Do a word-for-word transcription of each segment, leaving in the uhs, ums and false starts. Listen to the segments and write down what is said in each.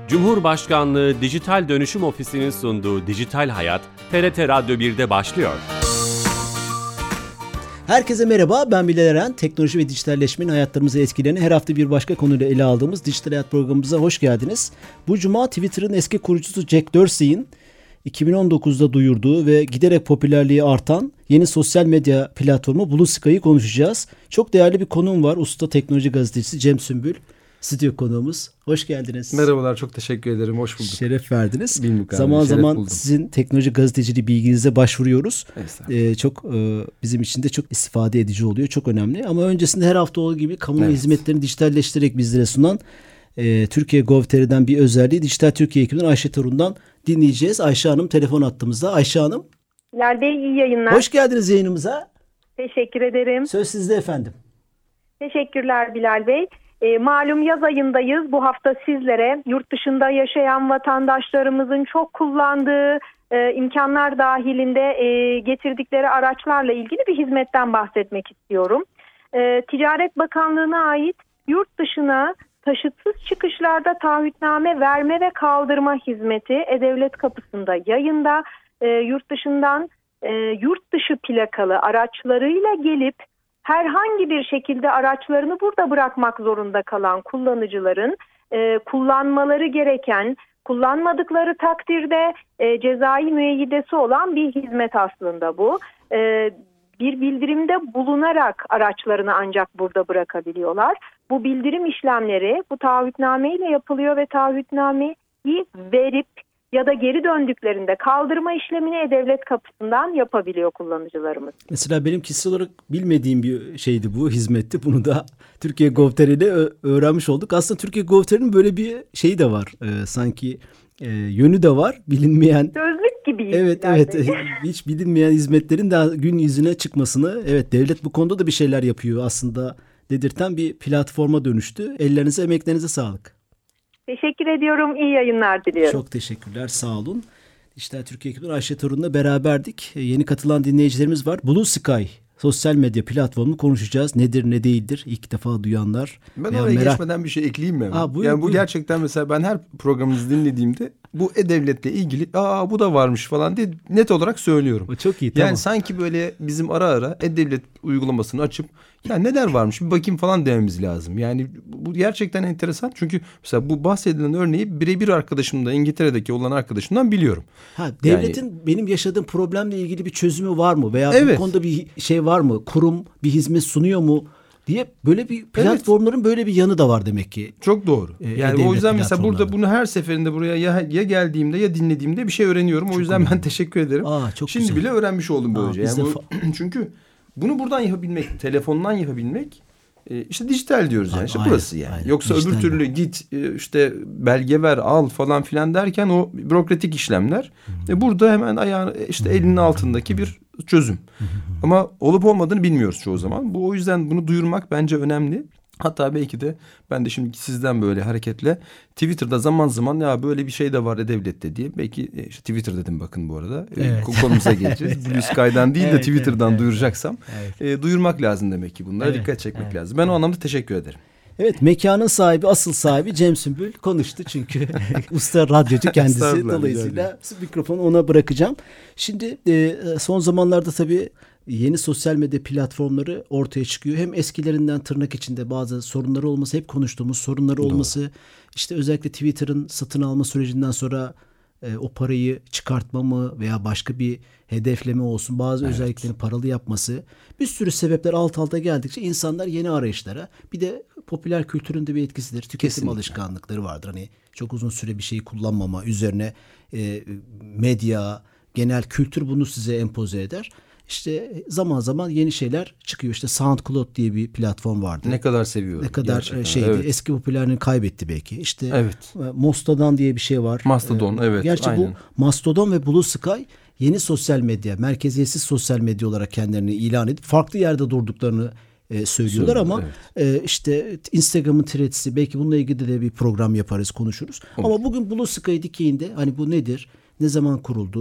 Cumhurbaşkanlığı Dijital Dönüşüm Ofisi'nin sunduğu Dijital Hayat, T R T Radyo bir'de başlıyor. Herkese merhaba, ben Bilal Eren. Teknoloji ve dijitalleşmenin hayatlarımızı etkilerini her hafta bir başka konuyla ele aldığımız Dijital Hayat programımıza hoş geldiniz. Bu cuma Twitter'ın eski kurucusu Jack Dorsey'in iki bin on dokuzda duyurduğu ve giderek popülerliği artan yeni sosyal medya platformu Blue Sky'ı konuşacağız. Çok değerli bir konuğum var, usta teknoloji gazetecisi Cem Sümbül. Stüdyo konuğumuz. Hoş geldiniz. Merhabalar, çok teşekkür ederim. Hoş bulduk. Şeref verdiniz. Bilmukabele, zaman şeref zaman buldum. Sizin teknoloji gazeteciliği bilginize başvuruyoruz. Ee, çok e, bizim için de çok istifade edici oluyor. Çok önemli. Ama öncesinde her hafta olduğu gibi kamu evet. hizmetlerini dijitalleştirerek bizlere sunan e, Türkiye Gov.tr'den bir özelliği Dijital Türkiye ekibinden Ayşe Torun'dan dinleyeceğiz. Ayşe Hanım telefon attığımızda. Ayşe Hanım. Bilal Bey, iyi yayınlar. Hoş geldiniz yayınımıza. Teşekkür ederim. Söz sizde efendim. Teşekkürler Bilal Bey. E, malum yaz ayındayız. Bu hafta sizlere yurt dışında yaşayan vatandaşlarımızın çok kullandığı e, imkanlar dahilinde e, getirdikleri araçlarla ilgili bir hizmetten bahsetmek istiyorum. E, Ticaret Bakanlığı'na ait yurt dışına taşıtsız çıkışlarda taahhütname verme ve kaldırma hizmeti E-Devlet kapısında yayında. E, yurt dışından e, yurt dışı plakalı araçlarıyla gelip herhangi bir şekilde araçlarını burada bırakmak zorunda kalan kullanıcıların e, kullanmaları gereken, kullanmadıkları takdirde e, cezai müeyyidesi olan bir hizmet aslında bu. E, bir bildirimde bulunarak araçlarını ancak burada bırakabiliyorlar. Bu bildirim işlemleri bu taahhütname ile yapılıyor ve taahhütnameyi verip ya da geri döndüklerinde kaldırma işlemini E-Devlet kapısından yapabiliyor kullanıcılarımız. Mesela benim kişisel olarak bilmediğim bir şeydi bu, hizmetti. Bunu da Türkiye Gov.tr'de öğrenmiş olduk. Aslında Türkiye Gov.tr'nin böyle bir şeyi de var. Ee, sanki e, yönü de var. Bilinmeyen. Sözlük gibi. Evet evet. Hiç bilinmeyen hizmetlerin daha gün yüzüne çıkmasını. Evet, devlet bu konuda da bir şeyler yapıyor aslında dedirten bir platforma dönüştü. Ellerinize, emeklerinize sağlık. Teşekkür ediyorum. İyi yayınlar diliyorum. Çok teşekkürler. Sağ olun. Dijital Türkiye ekibinden Ayşe Torun'la beraberdik. Yeni katılan dinleyicilerimiz var. Blue Sky sosyal medya platformunu konuşacağız. Nedir, ne değildir? İlk defa duyanlar. Ben oraya merak... geçmeden bir şey ekleyeyim mi? Aa, buyurun, yani bu buyurun. Gerçekten mesela ben her programınızı dinlediğimde bu E-Devlet'le ilgili aa bu da varmış falan diye net olarak söylüyorum. O çok iyi, tamam. Yani sanki böyle bizim ara ara E-Devlet uygulamasını açıp ya neler varmış bir bakayım falan dememiz lazım. Yani bu gerçekten enteresan. Çünkü mesela bu bahsedilen örneği birebir arkadaşımda, İngiltere'deki olan arkadaşımdan biliyorum. Ha, devletin yani, benim yaşadığım problemle ilgili bir çözümü var mı? Veya evet. bu konuda bir şey var mı? Kurum bir hizmet sunuyor mu diye böyle bir platformların evet. böyle bir yanı da var demek ki. Çok doğru. Ee, yani o yüzden mesela burada bunu her seferinde buraya ya, ya geldiğimde ya dinlediğimde bir şey öğreniyorum. Çok o yüzden önemli. Ben teşekkür ederim. Aa, çok Şimdi güzel. bile öğrenmiş oldum böylece. Yani bu, fa- çünkü bunu buradan yapabilmek, telefondan yapabilmek e, işte dijital diyoruz yani. İşte aynen, burası yani. aynen. Yoksa Dijital öbür türlü mi? git e, işte belge ver al falan filan derken o bürokratik işlemler. Hmm. E, burada hemen ayağın işte hmm. elinin altındaki bir çözüm. Hmm. Ama olup olmadığını bilmiyoruz çoğu zaman. Bu o yüzden bunu duyurmak bence önemli. Hatta belki de ben de şimdi sizden böyle hareketle Twitter'da zaman zaman ya böyle bir şey de var E-Devlet'te diye. Belki işte Twitter dedim bakın bu arada. Evet. Konumuza geleceğiz. Blue Sky'dan değil de evet, Twitter'dan evet, duyuracaksam evet. E, duyurmak lazım demek ki bunlara evet, dikkat çekmek evet, lazım. Ben evet. o anlamda teşekkür ederim. Evet, mekanın sahibi, asıl sahibi Cem Sümbül konuştu çünkü usta radyocu kendisi. Dolayısıyla mikrofonu ona bırakacağım. Şimdi e, son zamanlarda tabii yeni sosyal medya platformları ortaya çıkıyor. Hem eskilerinden tırnak içinde bazı sorunları olması, hep konuştuğumuz sorunları Doğru. olması. İşte özellikle Twitter'ın satın alma sürecinden sonra e, o parayı çıkartma mı veya başka bir hedefleme olsun, bazı evet. özelliklerini paralı yapması. Bir sürü sebepler alt alta geldikçe insanlar yeni arayışlara, bir de popüler kültürün de bir etkisidir. Tüketim Kesinlikle. alışkanlıkları vardır. Hani çok uzun süre bir şeyi kullanmama üzerine e, medya, genel kültür bunu size empoze eder. İşte zaman zaman yeni şeyler çıkıyor. İşte SoundCloud diye bir platform vardı. Ne kadar seviyorum. Ne kadar gerçekten. şeydi. Evet. Eski popülerliğini kaybetti belki. İşte evet. Mastodon diye bir şey var. Mastodon ee, evet. Gerçi aynen. bu Mastodon ve Blue Sky yeni sosyal medya, merkeziyetsiz sosyal medya olarak kendilerini ilan edip farklı yerde durduklarını e, söylüyorlar Söylüyor, ama evet. e, işte Instagram'ın Threads'i, belki bununla ilgili de bir program yaparız, konuşuruz. Olur. Ama bugün Blue Sky dikeyinde hani bu nedir? Ne zaman kuruldu?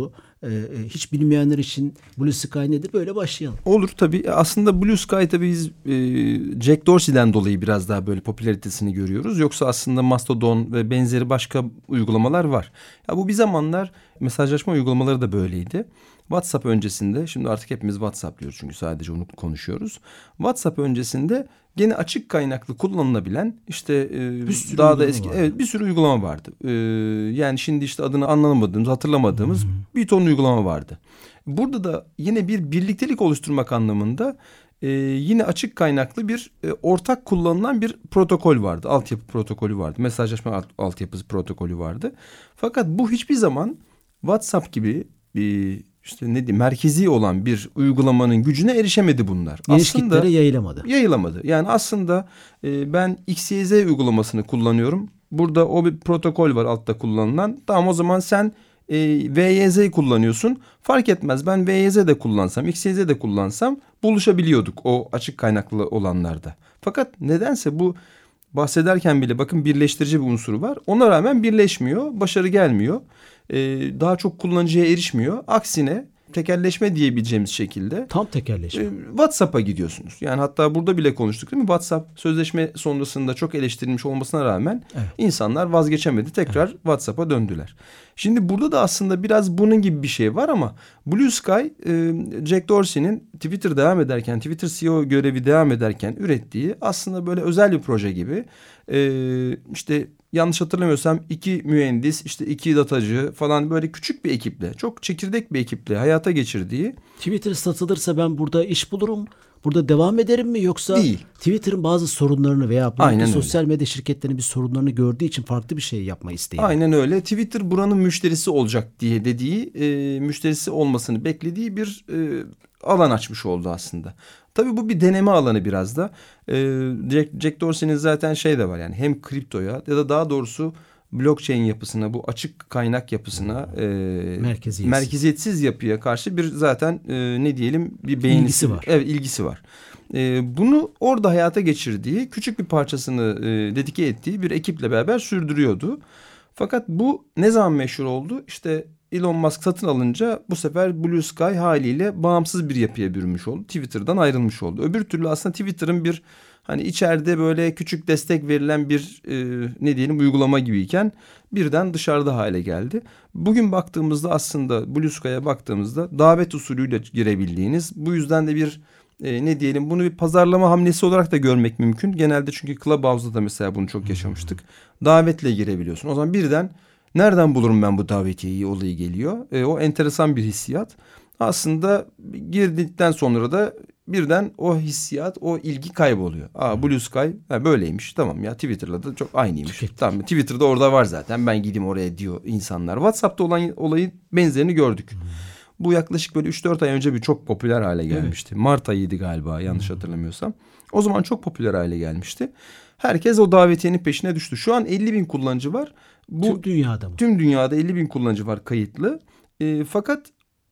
e, hiç bilmeyenler için Blue Sky nedir? Böyle başlayalım. Olur tabii. Aslında Blue Sky tabii biz e, Jack Dorsey'den dolayı biraz daha böyle popülaritesini görüyoruz. Yoksa aslında Mastodon ve benzeri başka uygulamalar var. Ya bu bir zamanlar mesajlaşma uygulamaları da böyleydi. WhatsApp öncesinde, şimdi artık hepimiz WhatsApp diyoruz çünkü sadece onu konuşuyoruz. WhatsApp öncesinde gene açık kaynaklı kullanılabilen işte e, daha da eski evet bir sürü uygulama vardı. E, yani şimdi işte adını anlamadığımız, hatırlamadığımız hmm. bir ton uygulama vardı. Burada da yine bir birliktelik oluşturmak anlamında e, yine açık kaynaklı bir e, ortak kullanılan bir protokol vardı. Altyapı protokolü vardı. Mesajlaşma alt, altyapısı protokolü vardı. Fakat bu hiçbir zaman WhatsApp gibi bir İşte ne diyeyim, merkezi olan bir uygulamanın gücüne erişemedi bunlar. Geniş kitlere yayılamadı. Yayılamadı. Yani aslında e, ben X Y Z uygulamasını kullanıyorum. Burada o bir protokol var altta kullanılan. Tamam, o zaman sen e, V Y Z'yi kullanıyorsun. Fark etmez, ben V Y Z de kullansam, X Y Z de kullansam buluşabiliyorduk o açık kaynaklı olanlarda. Fakat nedense bu bahsederken bile bakın birleştirici bir unsuru var. Ona rağmen birleşmiyor, başarı gelmiyor. Ee, daha çok kullanıcıya erişmiyor. Aksine tekelleşme diyebileceğimiz şekilde tam tekelleşme. E, WhatsApp'a gidiyorsunuz. Yani hatta burada bile konuştuk değil mi? WhatsApp sözleşme sonrasında çok eleştirilmiş olmasına rağmen evet. insanlar vazgeçemedi. Tekrar evet. WhatsApp'a döndüler. Şimdi burada da aslında biraz bunun gibi bir şey var ama Blue Sky e, Jack Dorsey'nin Twitter devam ederken, Twitter C E O görevi devam ederken ürettiği aslında böyle özel bir proje gibi. E, işte yanlış hatırlamıyorsam iki mühendis, işte iki datacı falan, böyle küçük bir ekiple, çok çekirdek bir ekiple hayata geçirdiği. Twitter satılırsa ben burada iş bulurum, burada devam ederim mi, yoksa değil. Twitter'ın bazı sorunlarını veya buradaki sosyal medya şirketlerinin bir sorunlarını gördüğü için farklı bir şey yapma isteği. Aynen öyle. Twitter buranın müşterisi olacak diye dediği, e, müşterisi olmasını beklediği bir e, alan açmış oldu aslında. Tabii bu bir deneme alanı biraz da. Ee, Jack, Jack Dorsey'nin zaten şey de var, yani hem kriptoya ya da daha doğrusu blockchain yapısına, bu açık kaynak yapısına, e, merkeziyetsiz. merkeziyetsiz yapıya karşı bir zaten e, ne diyelim bir beğenisi ilgisi var. Evet, ilgisi var. E, bunu orada hayata geçirdiği, küçük bir parçasını e, dedike ettiği bir ekiple beraber sürdürüyordu. Fakat bu ne zaman meşhur oldu? İşte Elon Musk satın alınca bu sefer Blue Sky haliyle bağımsız bir yapıya bürünmüş oldu. Twitter'dan ayrılmış oldu. Öbür türlü aslında Twitter'ın bir hani içeride böyle küçük destek verilen bir e, ne diyelim uygulama gibiyken birden dışarıda hale geldi. Bugün baktığımızda aslında Blue Sky'a baktığımızda davet usulüyle girebildiğiniz, bu yüzden de bir e, ne diyelim bunu bir pazarlama hamlesi olarak da görmek mümkün. Genelde çünkü Clubhouse'da da mesela bunu çok yaşamıştık. Davetle girebiliyorsun. O zaman birden nereden bulurum ben bu davetiyeyi olayı geliyor. E, o enteresan bir hissiyat. Aslında girdikten sonra da birden o hissiyat, o ilgi kayboluyor. Aa, Blue Sky ha, böyleymiş. Tamam ya, Twitter'la da çok aynıymış. Tükettik. Tamam, Twitter'da orada var zaten, ben gideyim oraya diyor insanlar. WhatsApp'ta olan olayın benzerini gördük. Hmm. Bu yaklaşık böyle üç dört ay önce bir çok popüler hale gelmişti. Evet. Mart ayıydı galiba, yanlış hmm. hatırlamıyorsam. O zaman çok popüler hale gelmişti. Herkes o davetiyenin peşine düştü. Şu an elli bin kullanıcı var. Bu, tüm dünyada mı? Tüm dünyada elli bin kullanıcı var kayıtlı. E, fakat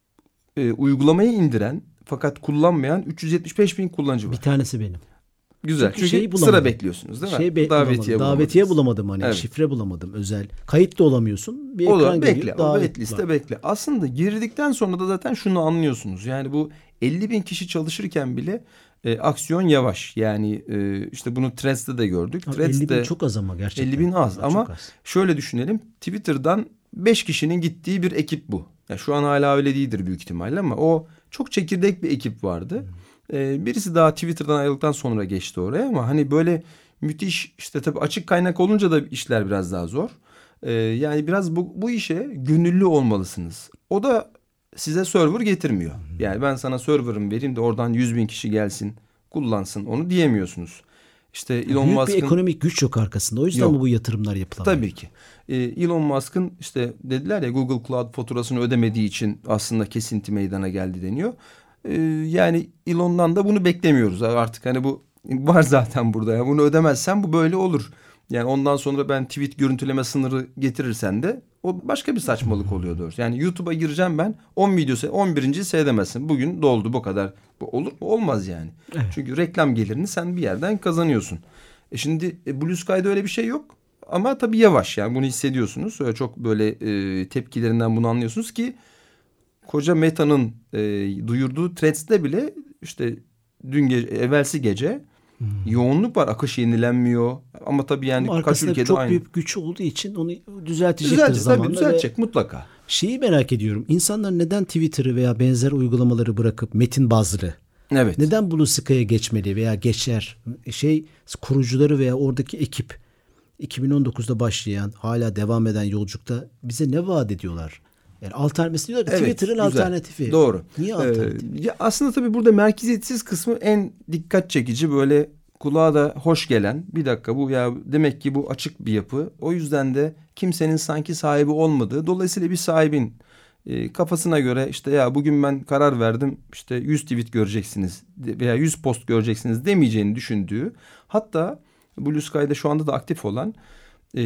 e, uygulamayı indiren fakat kullanmayan üç yüz yetmiş beş bin kullanıcı var. Bir tanesi benim. Güzel. Çünkü, Çünkü sıra bekliyorsunuz değil mi? Şey be- davetiye, davetiye bulamadım hani. Evet. Şifre bulamadım özel. Kayıt da olamıyorsun. Bir o ekran da bekle. geliyor. O davet liste bekle. Aslında girdikten sonra da zaten şunu anlıyorsunuz. Yani bu elli bin kişi çalışırken bile e, aksiyon yavaş. Yani e, işte bunu Threads'te de gördük. elli bin çok az ama gerçekten. elli bin az ama az. Şöyle düşünelim. Twitter'dan beş kişinin gittiği bir ekip bu. Yani şu an hala öyle değildir büyük ihtimalle ama o çok çekirdek bir ekip vardı. Hmm. Ee, birisi daha Twitter'dan ayrıldıktan sonra geçti oraya ama hani böyle müthiş, işte tabii açık kaynak olunca da işler biraz daha zor. Ee, yani biraz bu, bu işe gönüllü olmalısınız. O da size server getirmiyor. Yani ben sana server'ımı vereyim de oradan yüz bin kişi gelsin, kullansın, onu diyemiyorsunuz. İşte Elon Büyük Musk'ın... bir ekonomik güç yok arkasında. O yüzden mi bu yatırımlar yapılamıyor? Tabii ki. Ee, Elon Musk'ın işte dediler ya, Google Cloud faturasını ödemediği için aslında kesinti meydana geldi deniyor. Ee, yani Elon'dan da bunu beklemiyoruz artık. Hani bu var zaten burada. Yani bunu ödemezsen bu böyle olur. Yani ondan sonra ben tweet görüntüleme sınırı getirirsen de o başka bir saçmalık oluyor doğrusu. Yani YouTube'a gireceğim ben, on videosu on birinci seyredemezsin. Bugün doldu bu kadar. Bu olur mu? Olmaz yani. Evet. Çünkü reklam gelirini sen bir yerden kazanıyorsun. E şimdi e, Blue Sky'da öyle bir şey yok. Ama tabii yavaş, yani bunu hissediyorsunuz. Öyle çok böyle e, tepkilerinden bunu anlıyorsunuz ki koca Meta'nın e, duyurduğu Threads'te bile işte dün gece, evvelsi gece hmm. yoğunluk var. Akış yenilenmiyor. Ama tabii yani ama kaç ülkede çok aynı. büyük güç olduğu için onu düzeltecektir Düzeltecek, zamanla. tabii düzeltecek mutlaka. Şeyi merak ediyorum. İnsanlar neden Twitter'ı veya benzer uygulamaları bırakıp metin bazlı? Evet. Neden Blue Sky'a geçmeli veya geçer? Şey, kurucuları veya oradaki ekip iki bin on dokuzda başlayan, hala devam eden yolculukta bize ne vaat ediyorlar? Yani alternatif diyorlar ki evet, Twitter'ın güzel. alternatifi. Doğru. Niye alternatif? Ee, ya aslında tabii burada merkeziyetsiz kısmı en dikkat çekici, böyle kulağa da hoş gelen. Bir dakika, bu ya demek ki bu açık bir yapı. O yüzden de kimsenin sanki sahibi olmadığı. Dolayısıyla bir sahibin e, kafasına göre işte ya bugün ben karar verdim işte yüz tweet göreceksiniz veya yüz post göreceksiniz demeyeceğini düşündüğü. Hatta Blue Sky'da şu anda da aktif olan e,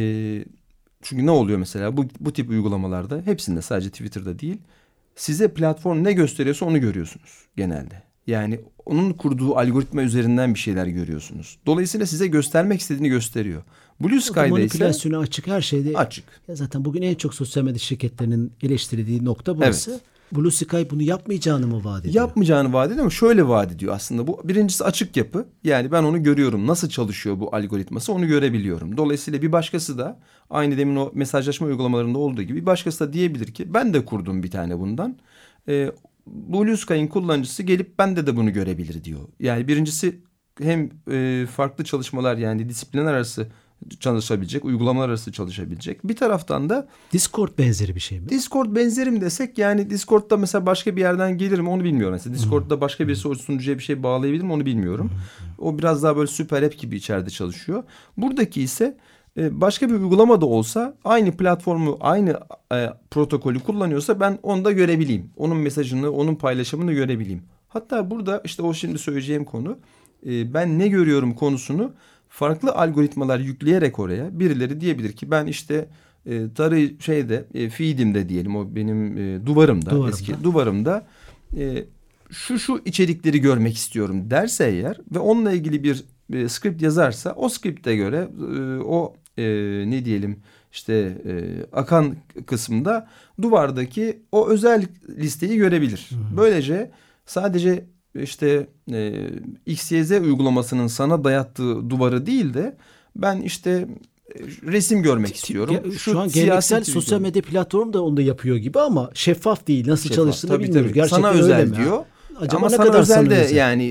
çünkü ne oluyor mesela bu, bu tip uygulamalarda, hepsinde, sadece Twitter'da değil, size platform ne gösteriyorsa onu görüyorsunuz genelde. Yani onun kurduğu algoritma üzerinden bir şeyler görüyorsunuz. Dolayısıyla size göstermek istediğini gösteriyor. Blue Sky'da ise manipülasyonu açık, her şeyde açık. Ya zaten bugün en çok sosyal medya şirketlerinin eleştirdiği nokta burası. Evet. Blue Sky bunu yapmayacağını mı vaat ediyor? Yapmayacağını vaat ediyor ama şöyle vaat ediyor aslında. Bu birincisi açık yapı. Yani ben onu görüyorum. Nasıl çalışıyor bu algoritması, onu görebiliyorum. Dolayısıyla bir başkası da aynı demin o mesajlaşma uygulamalarında olduğu gibi bir başkası da diyebilir ki ben de kurdum bir tane bundan. Ee, Blue Sky'ın kullanıcısı gelip bende de bunu görebilir diyor. Yani birincisi hem e, farklı çalışmalar, yani disiplinler arası çalışabilecek, uygulamalar arası çalışabilecek. Bir taraftan da Discord benzeri bir şey mi? Discord benzeri mi desek, yani Discord'da mesela başka bir yerden gelir mi onu bilmiyorum. Mesela Discord'da başka birisi o sunucuya bir şey bağlayabilir mi onu bilmiyorum. O biraz daha böyle süper app gibi içeride çalışıyor. Buradaki ise başka bir uygulama da olsa aynı platformu, aynı e, protokolü kullanıyorsa ben onu da görebileyim. Onun mesajını, onun paylaşımını görebileyim. Hatta burada işte o şimdi söyleyeceğim konu, e, ben ne görüyorum konusunu farklı algoritmalar yükleyerek oraya birileri diyebilir ki ben işte e, tarı şeyde e, feed'imde diyelim, o benim e, duvarımda, duvarımda eski duvarımda e, şu şu içerikleri görmek istiyorum derse eğer ve onunla ilgili bir e, script yazarsa, o script'e göre e, o e, ne diyelim işte e, akan kısımda duvardaki o özel listeyi görebilir. Hmm. Böylece sadece işte e, X Y Z uygulamasının sana dayattığı duvarı değil de ben işte e, resim görmek istiyorum. Ya, şu, şu an geleneksel sosyal medya platformu da onu da yapıyor gibi ama şeffaf değil. Nasıl şeffaf, çalıştığını tabii, bilmiyoruz. Tabii. Gerçekten sana özel diyor. Acaba ama ne sana kadar özel sana de özel? Yani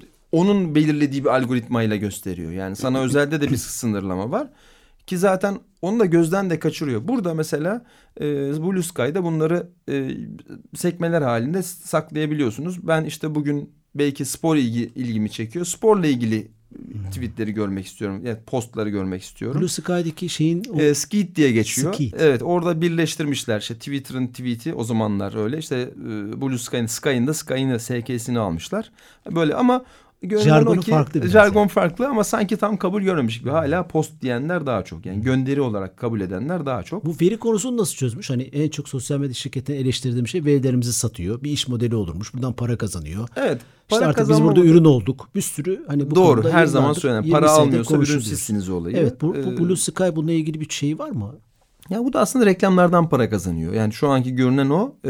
onun belirlediği bir algoritmayla gösteriyor. Yani sana özelde de bir sınırlama var. Ki zaten onu da gözden de kaçırıyor. Burada mesela e, Blue Sky'da bunları e, sekmeler halinde saklayabiliyorsunuz. Ben işte bugün belki spor ilgi, ilgimi çekiyor. Sporla ilgili hmm. tweetleri görmek istiyorum. Yani postları görmek istiyorum. Blue Sky'daki şeyin... O... E, Skeet diye geçiyor. Skeet. Evet, orada birleştirmişler. İşte Twitter'ın tweet'i o zamanlar öyle. İşte e, Blue Sky'ın Sky'ın da Sky'ın S K'sini almışlar. Böyle ama... Jargonu farklı. Jargon yani. farklı ama sanki tam kabul görmemiş gibi. Hala post diyenler daha çok. Yani gönderi olarak kabul edenler daha çok. Bu veri konusunu nasıl çözmüş? Hani en çok sosyal medya şirketine eleştirdiğim şey, verilerimizi satıyor. Bir iş modeli olurmuş. Buradan para kazanıyor. Evet. Para işte artık biz burada ürün olduk. Bir sürü hani bu doğru. Her zaman söylenen para almıyorsa ürün sizsiniz olayı. Evet. Bu, bu Blue Sky bununla ilgili bir şey var mı? Ya bu da aslında reklamlardan para kazanıyor. Yani şu anki görünen o. E,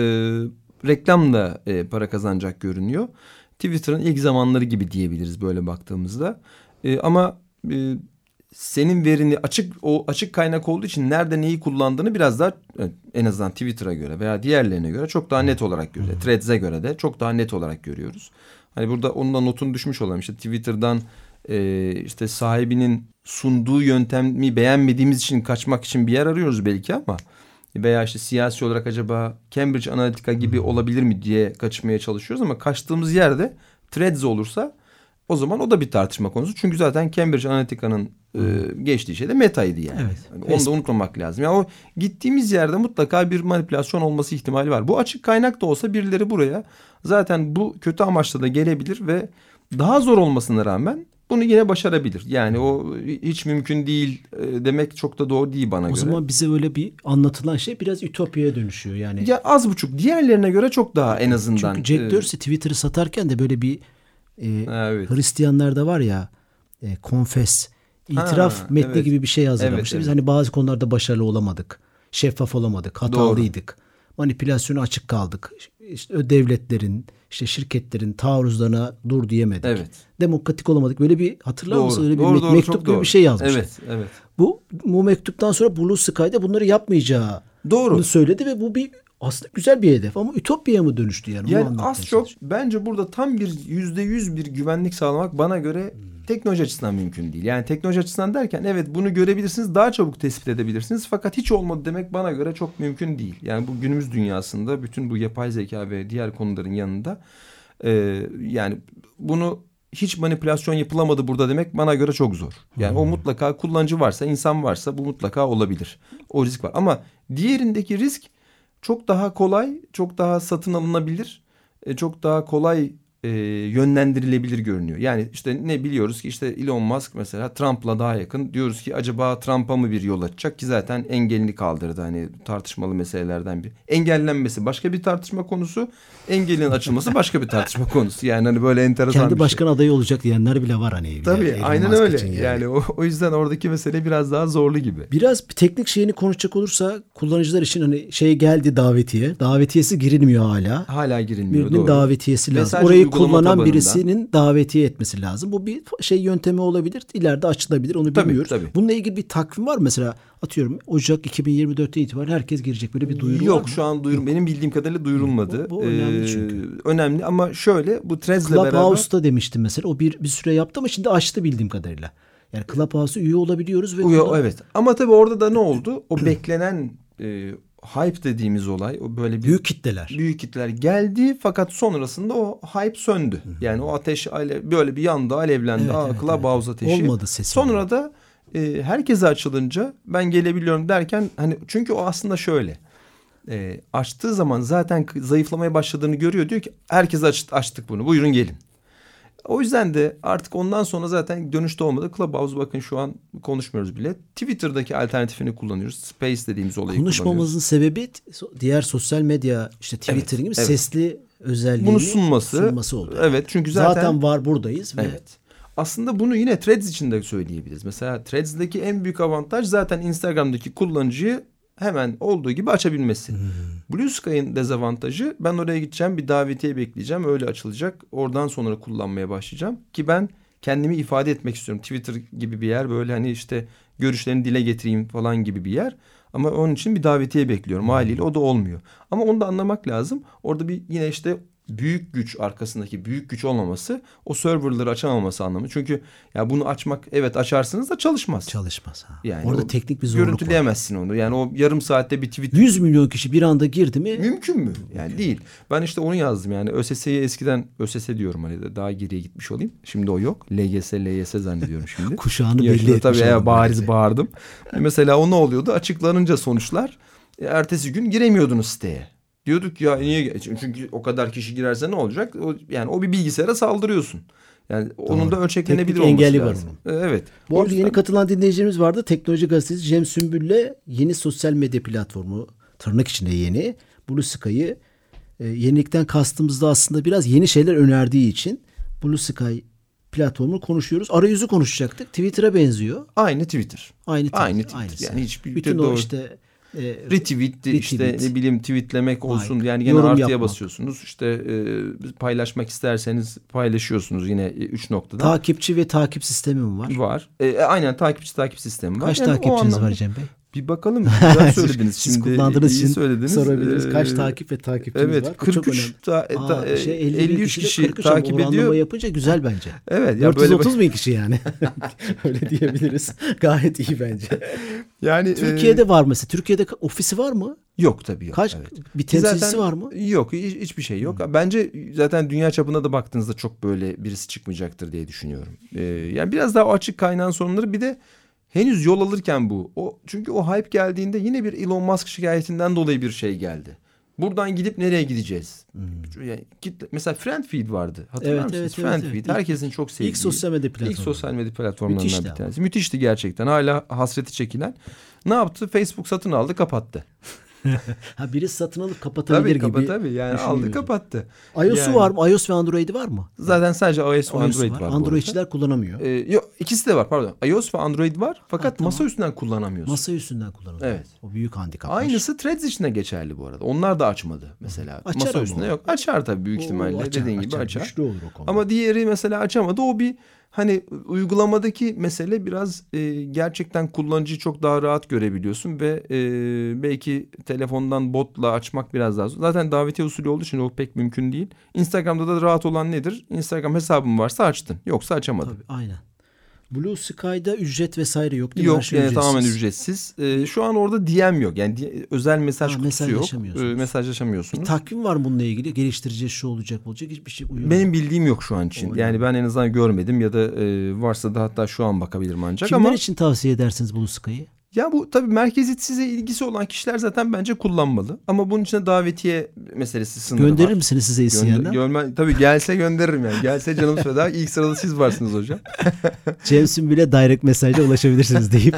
reklamla e, para kazanacak görünüyor. Twitter'ın ilk zamanları gibi diyebiliriz böyle baktığımızda. Ee, ama e, senin verini açık o açık kaynak olduğu için nerede neyi kullandığını biraz daha en azından Twitter'a göre veya diğerlerine göre çok daha net olarak görüyoruz. Threads'e göre de çok daha net olarak görüyoruz. Hani burada onun da notunu düşmüş olalım. İşte Twitter'dan e, işte sahibinin sunduğu yöntemi beğenmediğimiz için kaçmak için bir yer arıyoruz belki ama veya işte siyasi olarak acaba Cambridge Analytica gibi olabilir mi diye kaçmaya çalışıyoruz ama kaçtığımız yerde Threads olursa o zaman o da bir tartışma konusu. Çünkü zaten Cambridge Analytica'nın e, geçtiği şey de Meta'ydı yani. Evet. Yani onu da unutmamak lazım. Yani o gittiğimiz yerde mutlaka bir manipülasyon olması ihtimali var. Bu açık kaynak da olsa birileri buraya zaten bu kötü amaçla da gelebilir ve daha zor olmasına rağmen bunu yine başarabilir. Yani o hiç mümkün değil demek çok da doğru değil bana o göre. O zaman bize öyle bir anlatılan şey biraz ütopyaya dönüşüyor yani. Ya az buçuk. Diğerlerine göre çok daha en azından. Çünkü Jack Dorsey Twitter'ı satarken de böyle bir e, evet. Hristiyanlarda var ya e, confess, itiraf ha, metni evet. gibi bir şey hazırlamıştı. Evet, evet. Biz hani bazı konularda başarılı olamadık. Şeffaf olamadık. Hatalıydık. Doğru. Manipülasyona açık kaldık. işte devletlerin, işte şirketlerin taarruzlarına dur diyemedik. Evet. Demokratik olamadık. Böyle bir hatırlar doğru, mısın? Öyle bir doğru, me- doğru, mektup gibi doğru. bir şey yazmış. Evet, evet. Bu bu mektuptan sonra Blue Sky'da bunları yapmayacağı Doğru. söyledi ve bu bir aslında güzel bir hedef ama ütopyaya mı dönüştü yani? Yani az çok bence burada tam bir yüzde yüz bir güvenlik sağlamak bana göre hmm. teknoloji açısından mümkün değil. Yani teknoloji açısından derken evet bunu görebilirsiniz, daha çabuk tespit edebilirsiniz. Fakat hiç olmadı demek bana göre çok mümkün değil. Yani bu günümüz dünyasında bütün bu yapay zeka ve diğer konuların yanında e, yani bunu hiç manipülasyon yapılamadı burada demek bana göre çok zor. Yani hmm. o mutlaka kullanıcı varsa, insan varsa bu mutlaka olabilir. O risk var ama diğerindeki risk çok daha kolay, çok daha satın alınabilir, çok daha kolay e, yönlendirilebilir görünüyor. Yani işte ne biliyoruz ki işte Elon Musk mesela Trump'la daha yakın. Diyoruz ki acaba Trump'a mı bir yol açacak ki zaten engelini kaldırdı. Hani tartışmalı meselelerden bir. Engellenmesi başka bir tartışma konusu, engelin açılması başka bir tartışma konusu. Yani hani böyle enteresan kendi bir başkan şey. adayı olacak diyenler bile var hani. Tabii Elon aynen Musk öyle. Yani, yani o, o yüzden oradaki mesele biraz daha zorlu gibi. Biraz bir teknik şeyini konuşacak olursa kullanıcılar için hani şey geldi davetiye. Davetiyesi girilmiyor hala. Hala girilmiyor. Birinin doğru. davetiyesi lazım. Mesaj orayı uygulama kullanan tabanında. birisinin davetiye etmesi lazım. Bu bir şey yöntemi olabilir. İleride açılabilir. Onu Tabii, bilmiyoruz. tabii. Bununla ilgili bir takvim var mı? Mesela atıyorum Ocak iki bin yirmi dörtte itibaren herkes girecek. Böyle bir duyuru Yok, var mı? şu an duyur, benim bildiğim kadarıyla duyurulmadı. Bu, bu önemli ee, çünkü. Önemli ama şöyle bu Threads'le beraber. Clubhouse'da demiştim mesela. O bir, bir süre yaptı ama şimdi açtı bildiğim kadarıyla. Yani Clubhouse'a üye olabiliyoruz. Ve Uyo, onda... Evet ama tabii orada da ne oldu? O beklenen e, hype dediğimiz olay. O böyle bir, büyük kitleler. Büyük kitleler geldi fakat sonrasında o hype söndü. Yani o ateş ale, böyle bir yanda alevlendi. Evet, Aa, evet, Clubhouse evet. ateşi. Olmadı sesi. Sonra olmadı. da e, herkese açılınca ben gelebiliyorum derken hani çünkü o aslında şöyle. E, açtığı zaman zaten zayıflamaya başladığını görüyor. Diyor ki herkese aç, açtık bunu. Buyurun gelin. O yüzden de artık ondan sonra zaten dönüşte olmadı. Clubhouse bakın şu an konuşmuyoruz bile. Twitter'daki alternatifini kullanıyoruz. Space dediğimiz olayı konuşmamızın sebebi diğer sosyal medya işte Twitter evet, gibi evet. sesli özelliğini bunu sunması. sunması oldu. Evet çünkü zaten, zaten var buradayız. Ve... Evet. Aslında bunu yine Threads için de söyleyebiliriz. Mesela Threads'deki en büyük avantaj zaten Instagram'daki kullanıcıyı hemen olduğu gibi açabilmesi. Hmm. Blue Sky'ın dezavantajı ben oraya gideceğim, bir davetiye bekleyeceğim, öyle açılacak. Oradan sonra kullanmaya başlayacağım ki ben kendimi ifade etmek istiyorum. Twitter gibi bir yer, böyle hani işte görüşlerini dile getireyim falan gibi bir yer. Ama onun için bir davetiye bekliyorum. Haliyle o da olmuyor. Ama onu da anlamak lazım. Orada bir yine işte büyük güç, arkasındaki büyük güç olmaması, o serverları açamaması anlamı. Çünkü ya bunu açmak, evet açarsınız da çalışmaz. Çalışmaz. Ha. Yani orada teknik bir zorluk var. Görüntüleyemezsin onu. Yani o yarım saatte bir tweet. yüz milyon kişi bir anda girdi mi? Mümkün mü? Yani Mümkün. Değil. Ben işte onu yazdım yani. ÖSS'ye eskiden, ÖSS diyorum hani daha geriye gitmiş olayım. Şimdi o yok. L G S, L Y S zannediyorum şimdi. Kuşağını belli etmiş. Tabii ya, bariz bağırdım. Mesela o ne oluyordu? Açıklanınca sonuçlar, ertesi gün giremiyordunuz siteye. Diyorduk ya niye? Çünkü o kadar kişi girerse ne olacak? O, yani o bir bilgisayara saldırıyorsun. Yani doğru. Onun da ölçeklenebilir olması engeli lazım. Var onun. Evet. Bu arada yeni katılan dinleyicilerimiz vardı. Teknoloji Gazetesi Cem Sümbül'le yeni sosyal medya platformu, tırnak içinde yeni, Blue Sky'ı e, yenilikten kastımızda aslında biraz yeni şeyler önerdiği için Blue Sky platformunu konuşuyoruz. Arayüzü konuşacaktık. Twitter'a benziyor. Aynı Twitter. Aynı Twitter. Aynı Twitter. Aynısı. Yani hiçbir bütün doğru. o işte E, retweet, işte ne bileyim tweetlemek olsun. Like, yani gene yorum artıya yapmak. basıyorsunuz. İşte e, paylaşmak isterseniz paylaşıyorsunuz yine üç noktada. Takipçi ve takip sistemi mi var? Var. E, aynen takipçi takip sistemi var. Kaç yani takipçiniz anlamda... var Cem Bey? Bir bakalım. Güzel söylediniz. Siz Şimdi kullandığınız için söylediniz. sorabiliriz. Kaç Ee, takip ve takipçiniz evet, var? Evet kırk üç ta, ta, Aa, şey, elli elli üç kişi, kişi kırk üç takip ediyor. yapınca güzel bence. Evet. dört yüz otuz bin kişi yani. Öyle diyebiliriz. Gayet iyi bence. Yani Türkiye'de e... var mesela. Türkiye'de ofisi var mı? Yok tabii yok. Kaç evet. bir temsilcisi zaten, var mı? Yok, hiç, hiçbir şey yok. Hmm. Bence zaten dünya çapında da baktığınızda çok böyle birisi çıkmayacaktır diye düşünüyorum. Ee, yani biraz daha o açık kaynağın sorunları, bir de henüz yol alırken bu. O çünkü o hype geldiğinde yine bir Elon Musk şikayetinden dolayı bir şey geldi. Buradan gidip nereye gideceğiz? Hmm. Yani, mesela Friendfeed vardı. Hatırlar evet, mısınız? Evet, Friendfeed. Evet, herkesin çok sevdiği. İlk sosyal medya platformu. İlk sosyal medya platformlarından Müthişti bir tanesi. Ama. Müthişti gerçekten. Hala hasreti çekilen. Ne yaptı? Facebook satın aldı, kapattı. Ha birisi satın alıp kapatabilir tabii, gibi. Tabii tabii yani aldı kapattı. iOS'u yani, var mı? iOS ve Android'i var mı? Zaten sadece iOS ve Android var. var. Androidçiler kullanamıyor. Ee, yok ikisi de var pardon. iOS ve Android var fakat ha, tamam. masa üstünden kullanamıyorsun. Masa üstünden kullanılıyor. Evet. O büyük handikap. Aynısı Threads için de geçerli bu arada. Onlar da açmadı mesela. Açar masa ama üstünde o. yok. Açar tabii büyük Oo, ihtimalle. açar, Dediğin gibi açar. açar. Güçlü olur o konuda. Ama diğeri mesela açamadı. O bir hani uygulamadaki mesele biraz e, gerçekten kullanıcıyı çok daha rahat görebiliyorsun ve e, belki telefondan botla açmak biraz daha zor. Zaten davetiye usulü olduğu için o pek mümkün değil. Instagram'da da rahat olan nedir? Instagram hesabın varsa açtın. Yoksa açamadın. Tabii aynen. Blue Sky'da ücret vesaire yok değil mi? Yok Her şey yani ücretsiz. tamamen ücretsiz. Ee, şu an orada D M yok. Yani di- özel mesaj Ha, kutusu yok. mesajlaşamıyorsunuz. Ee, mesajlaşamıyorsunuz. Bir takvim var bununla ilgili. Geliştireceğiz, şu olacak, olacak. Hiçbir şey uyuyor. Benim bildiğim yok şu an için. Öyle Yani mi? ben en azından görmedim ya da e, varsa da hatta şu an bakabilirim ancak. Kimler ama için tavsiye edersiniz Blue Sky'ı? ya bu tabii merkeziyetsize ilgisi olan kişiler zaten bence kullanmalı. Ama bunun için davetiye meselesi sınırı Gönderir var. misiniz size isteyenler? Gönder, görme, tabii gelse gönderirim yani. Gelse canım feda. İlk sırada siz varsınız hocam. Cems'in bile direct mesajla ulaşabilirsiniz deyip.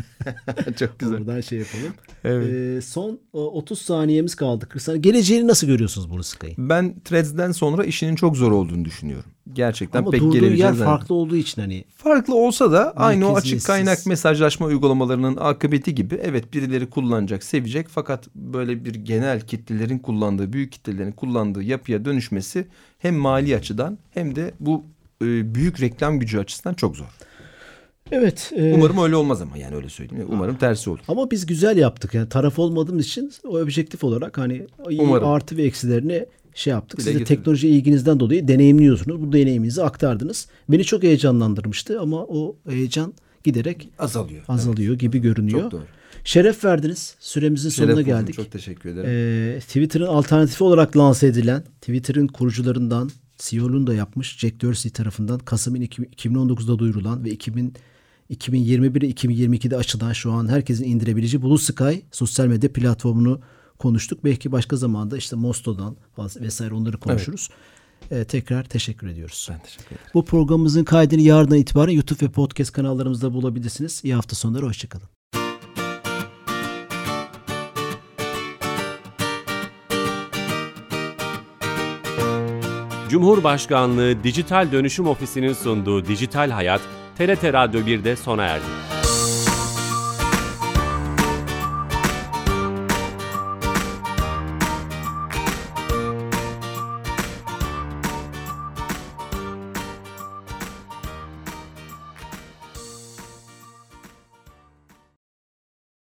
Çok güzel. Oradan şey yapalım. Evet. Ee, son otuz saniyemiz kaldı. kırk saniye. Geleceğini nasıl görüyorsunuz Blue Sky'ı? Ben Threads'den sonra işinin çok zor olduğunu düşünüyorum. Gerçekten Ama pek durduğu gelebileceğiz. yer farklı olduğu için hani. Farklı olsa da aynı o açık Merkeziyetsiz. kaynak mesajlaşma uygulamalarının akıbeti gibi evet birileri kullanacak, sevecek fakat böyle bir genel kitlelerin kullandığı, büyük kitlelerin kullandığı yapıya dönüşmesi hem mali açıdan hem de bu e, büyük reklam gücü açısından çok zor. Evet. E, Umarım öyle olmaz ama yani öyle söyleyeyim. Umarım tersi olur. Ama biz güzel yaptık. Yani taraf olmadığımız için o objektif olarak hani Umarım. artı ve eksilerini şey yaptık. Dile Siz de getirdim. teknoloji ilginizden dolayı deneyimliyorsunuz. Bu deneyiminizi aktardınız. Beni çok heyecanlandırmıştı ama o heyecan giderek Azalıyor. azalıyor Evet. gibi görünüyor. Çok doğru. Şeref verdiniz. Süremizin Şeref sonuna olsun. geldik. Çok teşekkür ederim. Ee, Twitter'ın alternatifi olarak lanse edilen, Twitter'ın kurucularından C E O'luğunu da yapmış Jack Dorsey tarafından Kasım iki bin on dokuzda duyurulan ve iki bin yirmi bir iki bin yirmi ikide açılan şu an herkesin indirebileceği Blue Sky sosyal medya platformunu konuştuk. Belki başka zamanda işte Mosto'dan vesaire onları konuşuruz. Evet. Ee, tekrar teşekkür ediyoruz. Ben teşekkür ederim. Bu programımızın kaydını yarından itibaren YouTube ve podcast kanallarımızda bulabilirsiniz. İyi hafta sonları, hoşçakalın. Cumhurbaşkanlığı Dijital Dönüşüm Ofisi'nin sunduğu Dijital Hayat, T R T Radyo birde sona erdi.